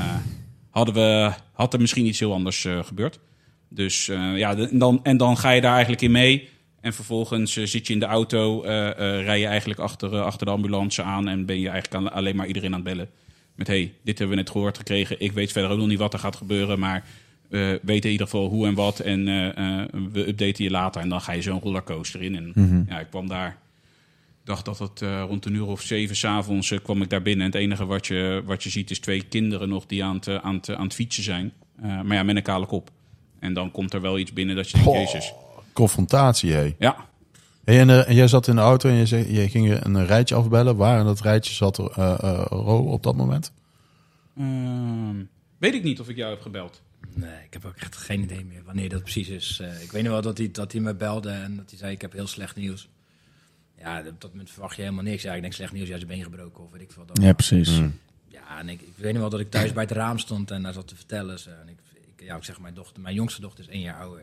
[SPEAKER 1] had er misschien iets heel anders gebeurd. Dus en dan ga je daar eigenlijk in mee. En vervolgens zit je in de auto, rij je eigenlijk achter de ambulance aan... en ben je eigenlijk alleen maar iedereen aan het bellen. Met dit hebben we net gehoord gekregen. Ik weet verder ook nog niet wat er gaat gebeuren, maar weten in ieder geval hoe en wat. En we updaten je later. En dan ga je zo'n rollercoaster in. En ja, ik kwam daar. Dacht dat het rond een uur of 7 s'avonds kwam ik daar binnen. En het enige wat je ziet is 2 kinderen nog die aan het fietsen zijn. Maar ja, met een kale kop. En dan komt er wel iets binnen dat je denkt, jezus.
[SPEAKER 2] Confrontatie, hé.
[SPEAKER 1] Ja.
[SPEAKER 2] Hey, en jij zat in de auto en je ging een rijtje afbellen. Waar in dat rijtje zat Ro op dat moment?
[SPEAKER 1] Weet ik niet of ik jou heb gebeld.
[SPEAKER 3] Nee, ik heb ook echt geen idee meer wanneer dat precies is. Ik weet nog wel dat hij me belde en dat hij zei, ik heb heel slecht nieuws. Ja, op dat moment verwacht je helemaal niks. Ja, ik denk slecht nieuws, ja, zijn been gebroken of weet ik veel.
[SPEAKER 4] Ja, precies.
[SPEAKER 3] Ja, en ik weet nog wel dat ik thuis bij het raam stond en daar zat te vertellen. En ik zeg, mijn jongste dochter is 1 jaar ouder.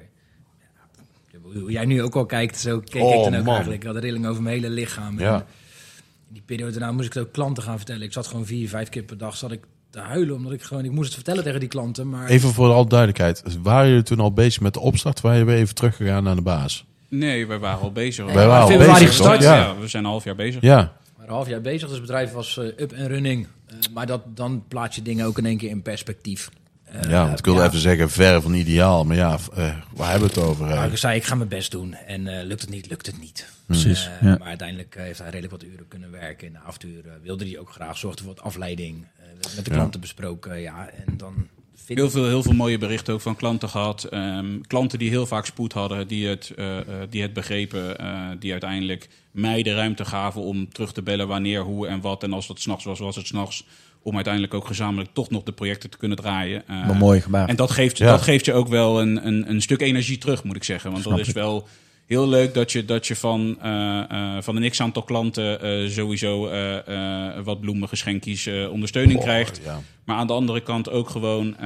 [SPEAKER 3] Ja, hoe jij nu ook al kijkt, zo keek ik dan ook eigenlijk. Ik had een rilling over mijn hele lichaam.
[SPEAKER 2] Ja.
[SPEAKER 3] En in die periode daarna moest ik ook klanten gaan vertellen. Ik zat gewoon 4-5 keer per dag zat ik te huilen, omdat ik moest het vertellen tegen die klanten. Maar...
[SPEAKER 2] Even voor alle duidelijkheid. Waren jullie toen al bezig met de opstart? Waren jullie weer even teruggegaan naar de baas?
[SPEAKER 1] Nee, wij waren al bezig.
[SPEAKER 2] Wij waren al bezig,
[SPEAKER 3] gestart.
[SPEAKER 1] Ja, we zijn een half jaar bezig.
[SPEAKER 2] Ja.
[SPEAKER 3] We waren een half jaar bezig, dus het bedrijf was up en running. Maar dan plaats je dingen ook in één keer in perspectief.
[SPEAKER 2] Ja, want ik wilde even zeggen, ver van ideaal. Maar ja, waar hebben we het over?
[SPEAKER 3] Maar ik zei, ik ga mijn best doen. En lukt het niet.
[SPEAKER 4] Precies.
[SPEAKER 3] Maar uiteindelijk heeft hij redelijk wat uren kunnen werken. In de avonturen wilde hij ook graag. Zorgde voor wat afleiding. Met de klanten besproken. Ja, en dan...
[SPEAKER 1] Heel veel mooie berichten ook van klanten gehad. Klanten die heel vaak spoed hadden, die het begrepen. Die uiteindelijk mij de ruimte gaven om terug te bellen wanneer, hoe en wat. En als dat 's nachts was het 's nachts. Om uiteindelijk ook gezamenlijk toch nog de projecten te kunnen draaien.
[SPEAKER 4] Wat mooi gebaar.
[SPEAKER 1] En dat geeft je ook wel een stuk energie terug, moet ik zeggen. Want dat is wel heel leuk dat je van een x-aantal klanten sowieso wat bloemen, geschenkjes, ondersteuning krijgt. Ja. Maar aan de andere kant ook gewoon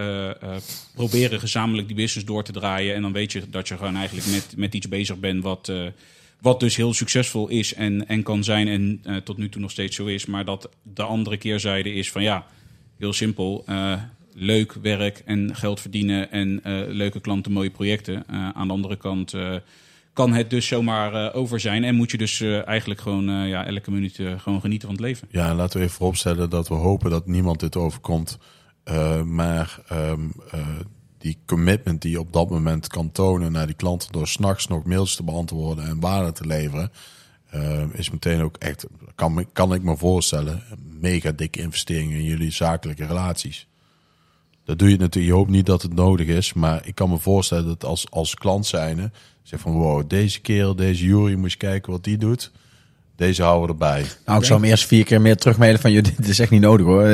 [SPEAKER 1] proberen gezamenlijk die business door te draaien. En dan weet je dat je gewoon eigenlijk met iets bezig bent wat dus heel succesvol is en kan zijn en tot nu toe nog steeds zo is. Maar dat de andere keerzijde is van ja, heel simpel. Leuk werk en geld verdienen en leuke klanten, mooie projecten. Aan de andere kant kan het dus zomaar over zijn. En moet je dus eigenlijk gewoon elke minuut gewoon genieten van het leven.
[SPEAKER 2] Ja, laten we even vooropstellen dat we hopen dat niemand dit overkomt. Maar die commitment die je op dat moment kan tonen naar die klanten door 's nachts nog mails te beantwoorden en waarde te leveren, is meteen ook echt, kan ik me voorstellen, een mega dikke investering in jullie zakelijke relaties. Dat doe je natuurlijk, je hoopt niet dat het nodig is, maar ik kan me voorstellen dat als klant zijnde, zeg van wow, deze kerel, deze Jury, moet je kijken wat die doet. Deze houden we erbij.
[SPEAKER 4] Nou, ik zou hem eerst 4 keer meer terugmailen van, dit is echt niet nodig hoor.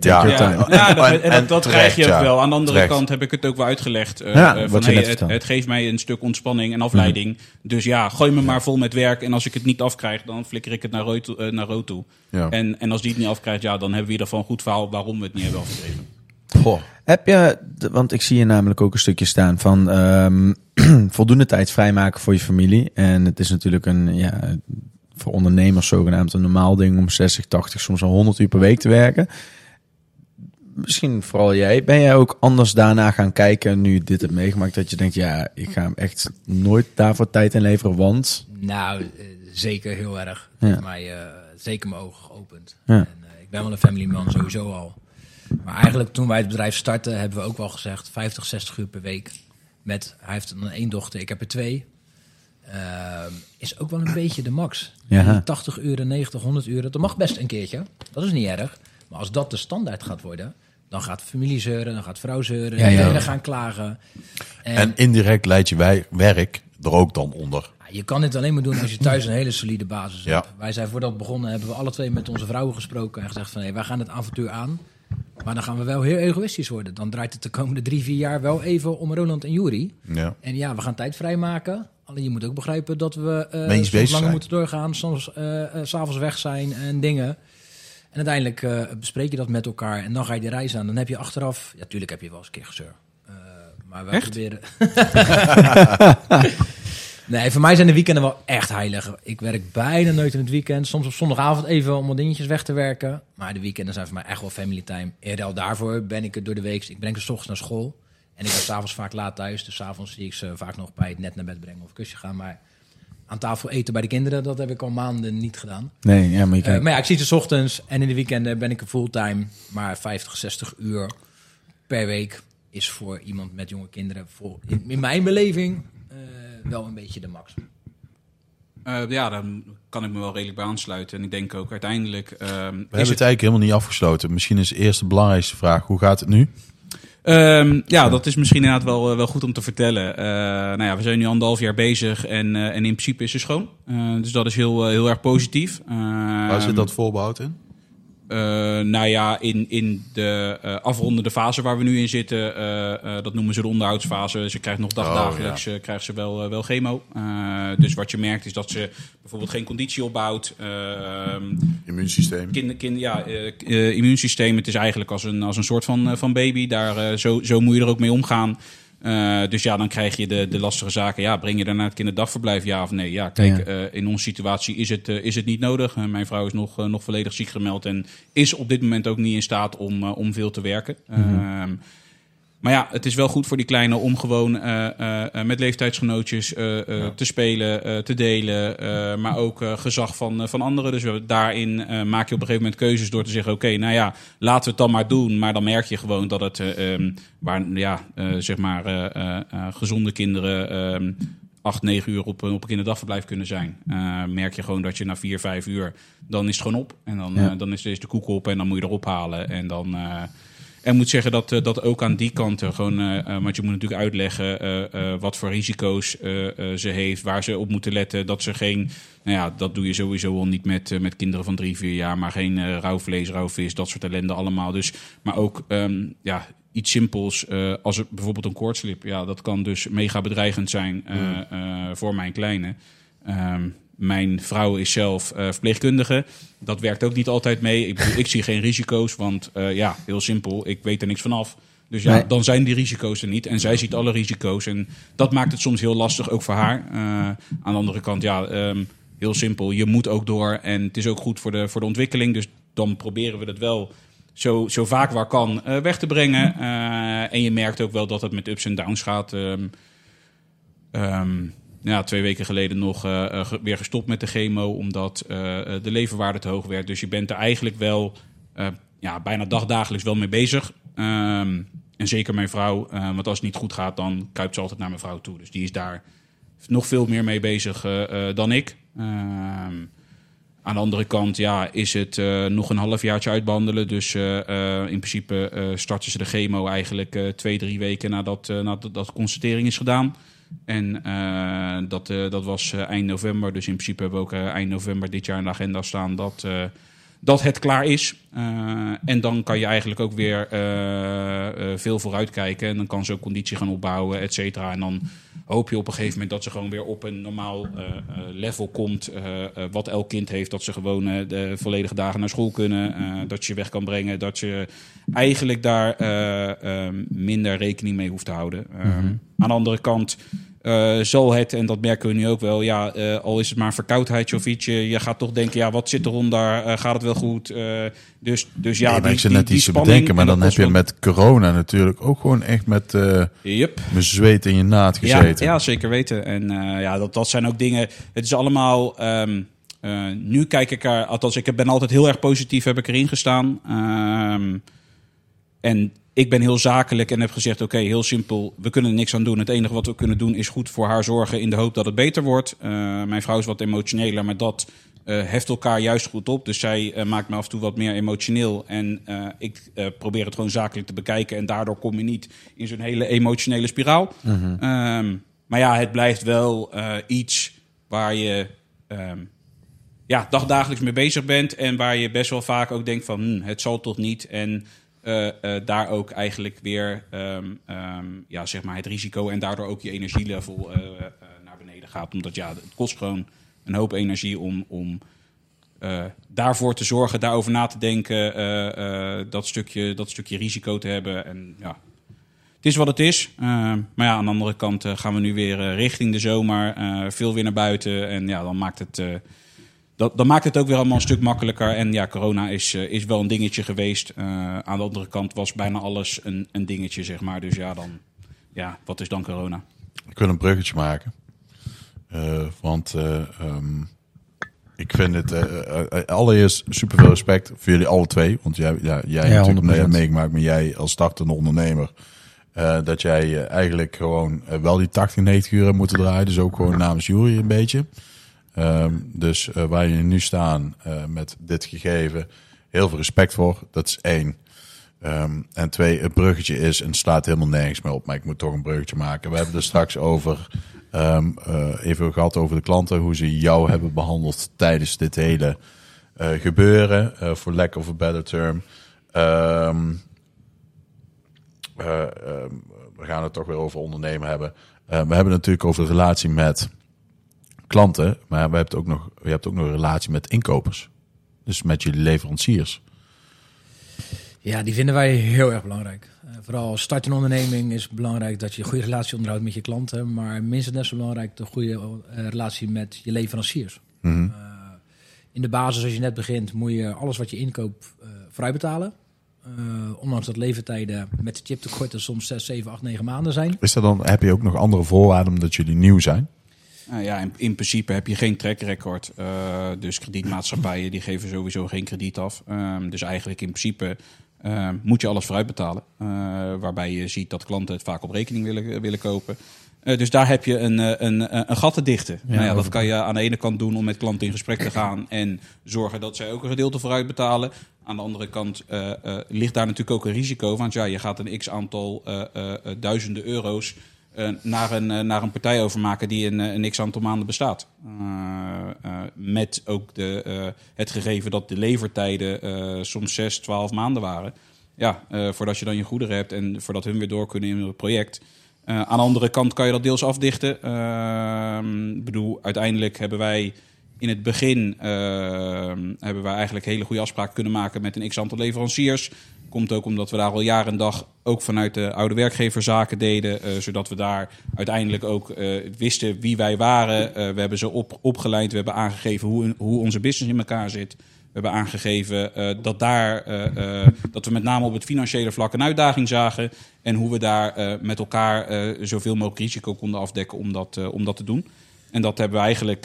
[SPEAKER 1] Dat krijg je ook wel. Aan de andere kant heb ik het ook wel uitgelegd. Het geeft mij een stuk ontspanning en afleiding. Dus ja, gooi me maar vol met werk. En als ik het niet afkrijg, dan flikker ik het naar rood toe. Ja. En als die het niet afkrijgt, ja, dan hebben we in ieder geval een goed verhaal waarom we het niet hebben afgegeven.
[SPEAKER 4] Heb je, want ik zie je namelijk ook een stukje staan van voldoende tijd vrijmaken voor je familie. En het is natuurlijk voor ondernemers zogenaamd een normaal ding om 60, 80, soms al 100 uur per week te werken. Misschien vooral jij. Ben jij ook anders daarna gaan kijken nu je dit hebt meegemaakt? Dat je denkt, ja, ik ga echt nooit daarvoor tijd inleveren, want...
[SPEAKER 3] Nou, zeker heel erg.
[SPEAKER 4] Ja.
[SPEAKER 3] Voor mij zeker mijn ogen geopend.
[SPEAKER 4] Ja.
[SPEAKER 3] En, ik ben wel een family man, sowieso al. Maar eigenlijk toen wij het bedrijf startten, hebben we ook wel gezegd 50, 60 uur per week. Hij heeft dan 1 dochter, ik er 2. Is ook wel een beetje de max.
[SPEAKER 4] Ja.
[SPEAKER 3] 80 uur, 90, 100 uur, dat mag best een keertje. Dat is niet erg. Maar als dat de standaard gaat worden, dan gaat familie zeuren, dan gaat vrouw zeuren, kinderen gaan klagen.
[SPEAKER 2] En indirect leidt je werk er ook dan onder.
[SPEAKER 3] Je kan dit alleen maar doen als je thuis een hele solide basis hebt. Wij zijn voordat we begonnen, hebben we alle 2 met onze vrouwen gesproken en gezegd van wij gaan het avontuur aan. Maar dan gaan we wel heel egoïstisch worden. Dan draait het de komende 3-4 jaar wel even om Roland en Jury. Ja. En ja, we gaan tijd vrijmaken. Alleen je moet ook begrijpen dat we soms langer moeten doorgaan. Soms 's avonds weg zijn en dingen. En uiteindelijk bespreek je dat met elkaar. En dan ga je de reis aan. Dan heb je achteraf... Ja, tuurlijk heb je wel eens een keer gezeur. Maar wij proberen... Nee, voor mij zijn de weekenden wel echt heilig. Ik werk bijna nooit in het weekend. Soms op zondagavond even om wat dingetjes weg te werken. Maar de weekenden zijn voor mij echt wel family time. In ruil daarvoor ben ik er door de week. Ik breng ze 's ochtends naar school. En ik ben 's avonds vaak laat thuis. Dus 's avonds zie ik ze vaak nog bij het net naar bed brengen of een kusje gaan. Maar aan tafel eten bij de kinderen, dat heb ik al maanden niet gedaan.
[SPEAKER 4] Nee, ja, maar
[SPEAKER 3] maar ja, ik zie ze 's ochtends. En in de weekenden ben ik er fulltime. Maar 50, 60 uur per week. is voor iemand met jonge kinderen in mijn beleving wel een beetje de max.
[SPEAKER 1] Dan kan ik me wel redelijk bij aansluiten. En ik denk ook uiteindelijk...
[SPEAKER 2] We hebben het eigenlijk helemaal niet afgesloten. Misschien is eerst de belangrijkste vraag, hoe gaat het nu?
[SPEAKER 1] Dat is misschien inderdaad wel goed om te vertellen. We zijn nu 1,5 jaar bezig en in principe is ze schoon. Dus dat is heel erg positief.
[SPEAKER 2] Waar zit dat voorbehoud in?
[SPEAKER 1] In de afrondende fase waar we nu in zitten, dat noemen ze de onderhoudsfase. Ze krijgt nog dagdagelijks krijgt ze wel chemo. Dus wat je merkt is dat ze bijvoorbeeld geen conditie opbouwt.
[SPEAKER 2] Immuunsysteem.
[SPEAKER 1] Immuunsysteem. Het is eigenlijk als een soort van baby. Daar, zo moet je er ook mee omgaan. Dus dan krijg je de lastige zaken. Ja, breng je daarna het kinderdagverblijf, ja of nee? Ja, kijk, in onze situatie is het niet nodig. Mijn vrouw is nog volledig ziek gemeld en is op dit moment ook niet in staat om veel te werken. Maar ja, het is wel goed voor die kleine om gewoon met leeftijdsgenootjes te spelen, te delen. Maar ook gezag van anderen. Dus daarin maak je op een gegeven moment keuzes door te zeggen... oké, laten we het dan maar doen. Maar dan merk je gewoon dat het... gezonde kinderen... 8-9 uur op een kinderdagverblijf kunnen zijn. Merk je gewoon dat je na 4-5 uur... dan is het gewoon op. En dan is de koek op en dan moet je erop halen. En dan... En moet zeggen dat ook aan die kant gewoon... want je moet natuurlijk uitleggen wat voor risico's ze heeft... waar ze op moeten letten. Dat ze geen... dat doe je sowieso al niet met kinderen van 3-4 jaar... maar geen rauw vlees, rauw vis, dat soort ellende allemaal. Dus, maar ook iets simpels als het bijvoorbeeld een koortslip... dat kan dus mega bedreigend zijn voor mijn kleine... Mijn vrouw is zelf verpleegkundige. Dat werkt ook niet altijd mee. Ik zie geen risico's, want heel simpel, ik weet er niks vanaf. Dus dan zijn die risico's er niet. En zij ziet alle risico's. En dat maakt het soms heel lastig, ook voor haar. Aan de andere kant, heel simpel. Je moet ook door. En het is ook goed voor de ontwikkeling. Dus dan proberen we het wel zo vaak waar kan weg te brengen. En je merkt ook wel dat het met ups en downs gaat. 2 weken geleden nog weer gestopt met de chemo... omdat de leverwaarde te hoog werd. Dus je bent er eigenlijk wel bijna dagdagelijks wel mee bezig. En zeker mijn vrouw. Want als het niet goed gaat, dan kruipt ze altijd naar mijn vrouw toe. Dus die is daar nog veel meer mee bezig dan ik. Aan de andere kant is het nog een halfjaartje uitbehandelen. Dus in principe starten ze de chemo eigenlijk 2-3 weken nadat de constatering is gedaan... En dat was eind november. Dus in principe hebben we ook eind november dit jaar in de agenda staan dat het klaar is. En dan kan je eigenlijk ook weer veel vooruitkijken. En dan kan ze ook conditie gaan opbouwen, et cetera. En dan hoop je op een gegeven moment dat ze gewoon weer op een normaal level komt. Wat elk kind heeft. Dat ze gewoon de volledige dagen naar school kunnen. Dat je weg kan brengen. Dat je eigenlijk daar minder rekening mee hoeft te houden. Aan de andere kant... zal het, en dat merken we nu ook wel... al is het maar een verkoudheidje of iets... je gaat toch denken, wat zit eronder? Gaat het wel goed?
[SPEAKER 2] Ik zit net iets te bedenken... maar dan heb je met corona natuurlijk... ook gewoon echt met mijn zweet in je naad gezeten.
[SPEAKER 1] Ja, zeker weten. En dat zijn ook dingen... Het is allemaal... nu kijk ik er... Althans, ik ben altijd heel erg positief... heb ik erin gestaan. En... Ik ben heel zakelijk en heb gezegd, oké, heel simpel, we kunnen er niks aan doen. Het enige wat we kunnen doen is goed voor haar zorgen in de hoop dat het beter wordt. Mijn vrouw is wat emotioneler, maar dat heft elkaar juist goed op. Dus zij maakt me af en toe wat meer emotioneel. En ik probeer het gewoon zakelijk te bekijken. En daardoor kom je niet in zo'n hele emotionele spiraal. Maar het blijft wel iets waar je dagdagelijks mee bezig bent. En waar je best wel vaak ook denkt van, het zal toch niet. En... daar ook eigenlijk weer het risico en daardoor ook je energielevel naar beneden gaat. Omdat het kost gewoon een hoop energie om daarvoor te zorgen, daarover na te denken, dat stukje risico te hebben. En het is wat het is. Maar aan de andere kant gaan we nu weer richting de zomer, veel weer naar buiten. En dan maakt het... Dan maakt het ook weer allemaal een stuk makkelijker. En corona is wel een dingetje geweest. Aan de andere kant was bijna alles een dingetje, zeg maar. Dus wat is dan corona?
[SPEAKER 2] Ik wil een bruggetje maken. Want ik vind het allereerst superveel respect voor jullie alle twee. Want jij hebt natuurlijk meegemaakt, maar jij als startende ondernemer... Dat jij eigenlijk gewoon wel die 80, 90 uur hebt moeten draaien. Dus ook gewoon namens Jury een beetje. Dus waar je nu staan met dit gegeven, heel veel respect voor. Dat is 1. En 2, het bruggetje is, en het slaat helemaal nergens meer op, maar ik moet toch een bruggetje maken. We hebben er straks over, even gehad over de klanten, hoe ze jou hebben behandeld tijdens dit hele gebeuren, for lack of a better term. We gaan het toch weer over ondernemen hebben. We hebben het natuurlijk over de relatie met klanten, maar je hebt ook nog een relatie met inkopers. Dus met jullie leveranciers.
[SPEAKER 3] Ja, die vinden wij heel erg belangrijk. Vooral als start een onderneming is het belangrijk dat je een goede relatie onderhoudt met je klanten. Maar minstens net zo belangrijk de goede relatie met je leveranciers.
[SPEAKER 2] Mm-hmm.
[SPEAKER 3] In de basis, als je net begint, moet je alles wat je inkoopt vrij betalen. Ondanks dat levertijden met de chiptekorten soms 6, 7, 8, 9 maanden zijn.
[SPEAKER 2] Is dat dan, heb je ook nog andere voorwaarden omdat jullie nieuw zijn?
[SPEAKER 1] In principe heb je geen track record. Dus kredietmaatschappijen die geven sowieso geen krediet af. Dus eigenlijk in principe moet je alles vooruit betalen. Waarbij je ziet dat klanten het vaak op rekening willen kopen. Dus daar heb je een gat te dichten. Dat kan je aan de ene kant doen om met klanten in gesprek te gaan en zorgen dat zij ook een gedeelte vooruit betalen. Aan de andere kant ligt daar natuurlijk ook een risico. Want je gaat een x-aantal duizenden euro's naar een partij overmaken die een x-aantal maanden bestaat. Met ook het gegeven dat de levertijden soms 6, 12 maanden waren. Voordat je dan je goederen hebt en voordat hun weer door kunnen in het project. Aan de andere kant kan je dat deels afdichten. Uiteindelijk hebben wij in het begin eigenlijk hele goede afspraken kunnen maken met een x-aantal leveranciers. Komt ook omdat we daar al jaren en dag ook vanuit de oude werkgever zaken deden. Zodat we daar uiteindelijk ook wisten wie wij waren. We hebben ze opgeleid. We hebben aangegeven hoe onze business in elkaar zit. We hebben aangegeven dat we met name op het financiële vlak een uitdaging zagen. En hoe we daar met elkaar zoveel mogelijk risico konden afdekken om dat te doen. En dat hebben we eigenlijk,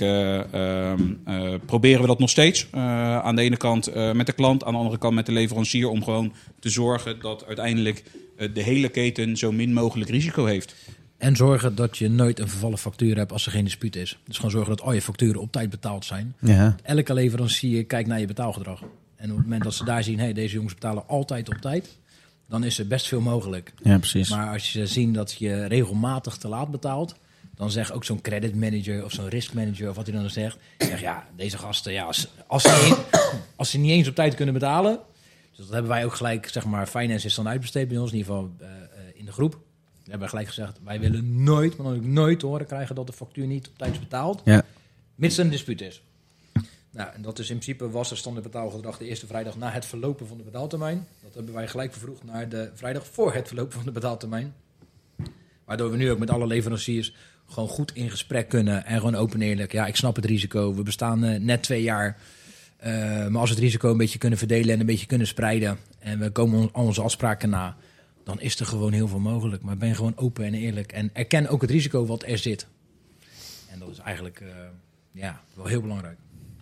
[SPEAKER 1] proberen we dat nog steeds. Aan de ene kant met de klant, aan de andere kant met de leverancier. Om gewoon te zorgen dat uiteindelijk de hele keten zo min mogelijk risico heeft.
[SPEAKER 3] En zorgen dat je nooit een vervallen factuur hebt als er geen dispuut is. Dus gewoon zorgen dat al je facturen op tijd betaald zijn.
[SPEAKER 4] Ja.
[SPEAKER 3] Elke leverancier kijkt naar je betaalgedrag. En op het moment dat ze daar zien, deze jongens betalen altijd op tijd, dan is er best veel mogelijk.
[SPEAKER 4] Ja, precies.
[SPEAKER 3] Maar als je ziet dat je regelmatig te laat betaalt, dan zegt ook zo'n credit manager of zo'n risk manager of wat hij dan zegt, deze gasten, als ze niet eens op tijd kunnen betalen. Dus dat hebben wij ook gelijk, zeg maar, finance is dan uitbesteed bij ons, in ieder geval in de groep. We hebben gelijk gezegd, wij willen nooit, maar dan ook nooit te horen krijgen dat de factuur niet op tijd is betaald. Ja. Mits er een dispuut is. Nou, en dat is in principe was er standaard betaalgedrag de eerste vrijdag na het verlopen van de betaaltermijn. Dat hebben wij gelijk vervroegd naar de vrijdag voor het verlopen van de betaaltermijn. Waardoor we nu ook met alle leveranciers gewoon goed in gesprek kunnen en gewoon open en eerlijk. Ja, ik snap het risico. We bestaan net 2 jaar. Maar als we het risico een beetje kunnen verdelen en een beetje kunnen spreiden en we komen al onze afspraken na, dan is er gewoon heel veel mogelijk. Maar ben gewoon open en eerlijk. En erken ook het risico wat er zit. En dat is eigenlijk wel heel belangrijk.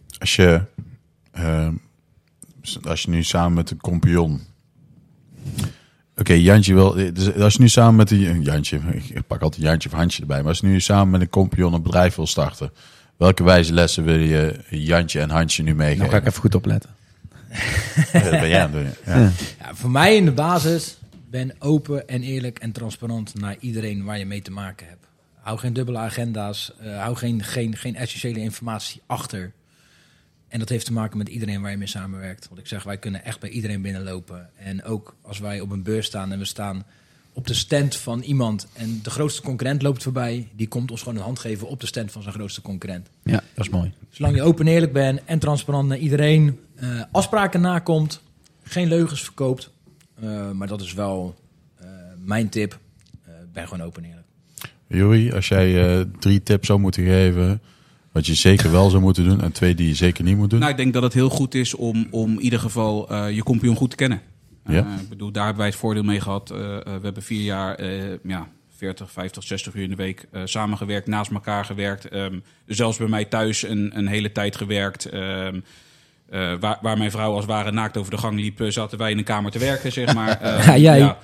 [SPEAKER 2] Als je nu samen met een compagnon... Oké, Jantje wil... Dus als je nu samen met een... Jantje, ik pak altijd Jantje of Hansje erbij. Maar als je nu samen met een compagnon een bedrijf wil starten... Welke wijze lessen wil je Jantje en Hansje nu meegeven?
[SPEAKER 4] Nou ga ik even goed opletten.
[SPEAKER 2] Dat ben jij aan het doen. Ja.
[SPEAKER 3] Ja, voor mij in de basis... Ben open en eerlijk en transparant naar iedereen waar je mee te maken hebt. Hou geen dubbele agenda's. Hou geen essentiële informatie achter. En dat heeft te maken met iedereen waar je mee samenwerkt. Want ik zeg, wij kunnen echt bij iedereen binnenlopen. En ook als wij op een beurs staan en we staan op de stand van iemand... en de grootste concurrent loopt voorbij... die komt ons gewoon een hand geven op de stand van zijn grootste concurrent.
[SPEAKER 4] Ja, dat is mooi.
[SPEAKER 3] Zolang je open en eerlijk bent en transparant naar iedereen... afspraken nakomt, geen leugens verkoopt... maar dat is wel mijn tip. Ben gewoon open en eerlijk.
[SPEAKER 2] Joeri, als jij 3 tips zou moeten geven... wat je zeker wel zou moeten doen... en 2 die je zeker niet moet doen?
[SPEAKER 1] Nou, ik denk dat het heel goed is om in ieder geval je compagnon goed te kennen.
[SPEAKER 2] Ja.
[SPEAKER 1] Daar hebben wij het voordeel mee gehad. We hebben 4 jaar 40, 50, 60 uur in de week samengewerkt, naast elkaar gewerkt. Zelfs bij mij thuis een hele tijd gewerkt... waar mijn vrouw als ware naakt over de gang liep, zaten wij in een kamer te werken, zeg maar.
[SPEAKER 3] Jij.
[SPEAKER 1] Ja.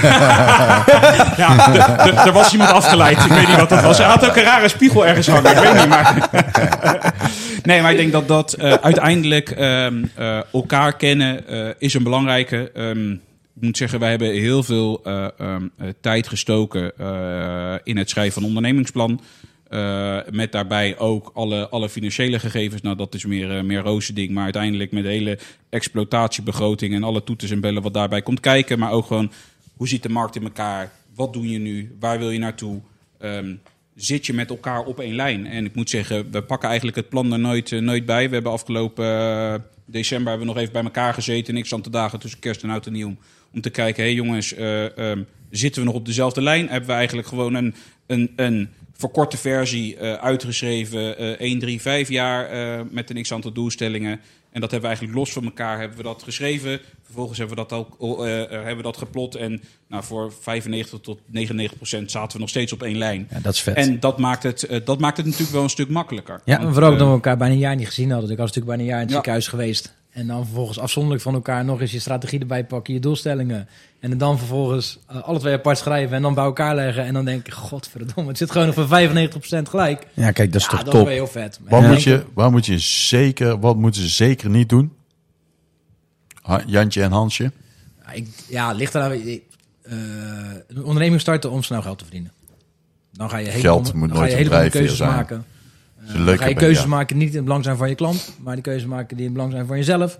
[SPEAKER 1] Er was iemand afgeleid. Ik weet niet wat dat was. Hij had ook een rare spiegel ergens hangen. Ik weet niet, maar... Nee, maar ik denk dat uiteindelijk elkaar kennen is een belangrijke. Ik moet zeggen, wij hebben heel veel tijd gestoken in het schrijven van een ondernemingsplan. Met daarbij ook alle financiële gegevens. Nou, dat is meer roze ding. Maar uiteindelijk met de hele exploitatiebegroting en alle toeters en bellen wat daarbij komt kijken. Maar ook gewoon, hoe ziet de markt in elkaar? Wat doe je nu? Waar wil je naartoe? Zit je met elkaar op één lijn? En ik moet zeggen, we pakken eigenlijk het plan er nooit bij. We hebben afgelopen december hebben we nog even bij elkaar gezeten. Niks aan te dagen tussen kerst en oud en nieuw. Om te kijken, hey jongens, zitten we nog op dezelfde lijn? Hebben we eigenlijk gewoon een verkorte versie uitgeschreven, 1, 3, 5 jaar met een x-aantal doelstellingen. En dat hebben we eigenlijk los van elkaar hebben we dat geschreven. Vervolgens hebben we dat ook hebben we dat geplot. En nou, voor 95 tot 99% zaten we nog steeds op één lijn.
[SPEAKER 4] Ja, dat is vet.
[SPEAKER 1] En dat maakt het natuurlijk wel een stuk makkelijker.
[SPEAKER 3] Ja,
[SPEAKER 1] Want,
[SPEAKER 3] en vooral dat we elkaar bijna een jaar niet gezien hadden. Ik was natuurlijk bijna een jaar in het
[SPEAKER 1] Ja.
[SPEAKER 3] ziekenhuis geweest. En dan vervolgens afzonderlijk van elkaar nog eens je strategie erbij pakken, je doelstellingen. En dan vervolgens alle twee apart schrijven en dan bij elkaar leggen. En dan denk ik, godverdomme, het zit gewoon nog voor 95% gelijk.
[SPEAKER 4] Ja, kijk, dat is toch
[SPEAKER 3] dat is
[SPEAKER 4] top.
[SPEAKER 3] wel heel vet. Maar
[SPEAKER 2] Wat moeten ze zeker niet doen? Jantje en Hansje?
[SPEAKER 3] Ligt er een onderneming starten om snel geld te verdienen. Dan ga je
[SPEAKER 2] Geld moet nooit een
[SPEAKER 3] hele
[SPEAKER 2] drijfveer
[SPEAKER 3] keuzes
[SPEAKER 2] zijn.
[SPEAKER 3] maken.
[SPEAKER 2] Is een
[SPEAKER 3] Dan
[SPEAKER 2] leuke
[SPEAKER 3] ga je
[SPEAKER 2] bij,
[SPEAKER 3] keuzes
[SPEAKER 2] ja.
[SPEAKER 3] maken die niet in het belang zijn van je klant, maar die keuzes maken die in het belang zijn van jezelf.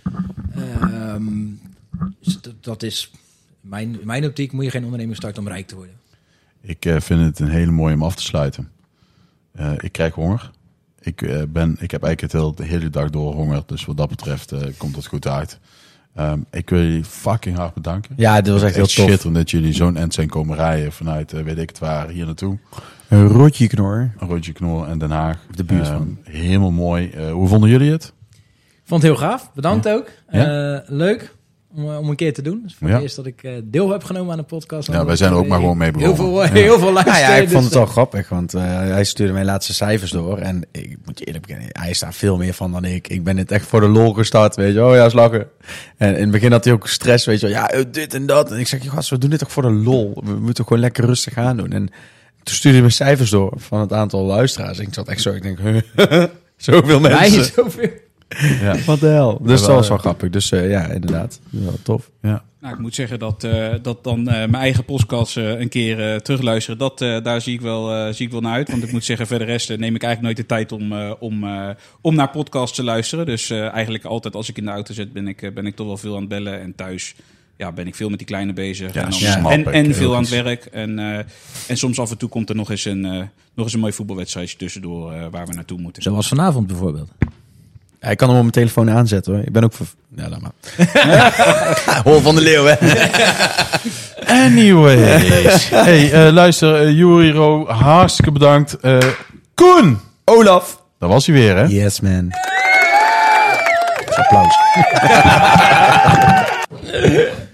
[SPEAKER 3] Dus dat is in mijn optiek moet je geen onderneming starten om rijk te worden.
[SPEAKER 2] Ik vind het een hele mooie om af te sluiten. Ik krijg honger. Ik heb eigenlijk de hele dag door honger. Dus wat dat betreft komt het goed uit. Ik wil jullie fucking hard bedanken.
[SPEAKER 4] Ja, dit was echt heel tof.
[SPEAKER 2] Schitterend dat jullie zo'n end zijn komen rijden vanuit, weet ik het waar, hier naartoe.
[SPEAKER 4] Een rotje knor.
[SPEAKER 2] Een Rotje Knor en Den Haag.
[SPEAKER 4] De buurt van.
[SPEAKER 2] Helemaal mooi. Hoe vonden jullie het?
[SPEAKER 3] Vond het heel gaaf. Bedankt ook.
[SPEAKER 2] Ja.
[SPEAKER 3] Leuk om een keer te doen. Dus voor het eerst dat ik deel heb genomen aan de podcast.
[SPEAKER 2] Ja, wij zijn er ook maar gewoon mee begonnen.
[SPEAKER 3] Heel veel luisteren.
[SPEAKER 4] Ja, ik vond het
[SPEAKER 3] dus,
[SPEAKER 4] wel grappig, want hij stuurde mijn laatste cijfers door. En ik moet je eerlijk bekennen, hij is daar veel meer van dan ik. Ik ben het echt voor de lol gestart, weet je. Oh ja, is lachen. En in het begin had hij ook stress, weet je. Ja, dit en dat. En ik zeg, gast, we doen dit toch voor de lol. We moeten gewoon lekker rustig aan doen. En toen stuurde hij mijn cijfers door van het aantal luisteraars. En ik zat echt zo, ik denk, zoveel mensen.
[SPEAKER 3] zoveel.
[SPEAKER 2] Ja.
[SPEAKER 4] Wat de hel. Dus
[SPEAKER 2] Ja,
[SPEAKER 4] dat was wel grappig. Dus ja, inderdaad. Wel tof.
[SPEAKER 2] Ja.
[SPEAKER 1] Nou, ik moet zeggen dat dan mijn eigen podcast een keer terugluisteren. Daar zie ik wel naar uit. Want ik moet zeggen, verder rest neem ik eigenlijk nooit de tijd om naar podcasts te luisteren. Dus eigenlijk altijd als ik in de auto zit, ben ik toch wel veel aan het bellen. En thuis ben ik veel met die kleine bezig.
[SPEAKER 2] Ja,
[SPEAKER 1] en
[SPEAKER 2] snap ik.
[SPEAKER 1] en veel aan
[SPEAKER 2] Logisch.
[SPEAKER 1] het werk. En soms af en toe komt er nog eens een mooi voetbalwedstrijdje tussendoor waar we naartoe moeten.
[SPEAKER 3] Zoals vanavond bijvoorbeeld.
[SPEAKER 4] Ja, ik kan hem op mijn telefoon aanzetten hoor. Ik ben ook... Ja, laat maar. Hol van de Leeuw, hè.
[SPEAKER 2] Anyways. Hey, luister, Juriro, hartstikke bedankt. Koen!
[SPEAKER 4] Olaf.
[SPEAKER 2] Daar was hij weer, hè?
[SPEAKER 4] Yes, man. Applaus.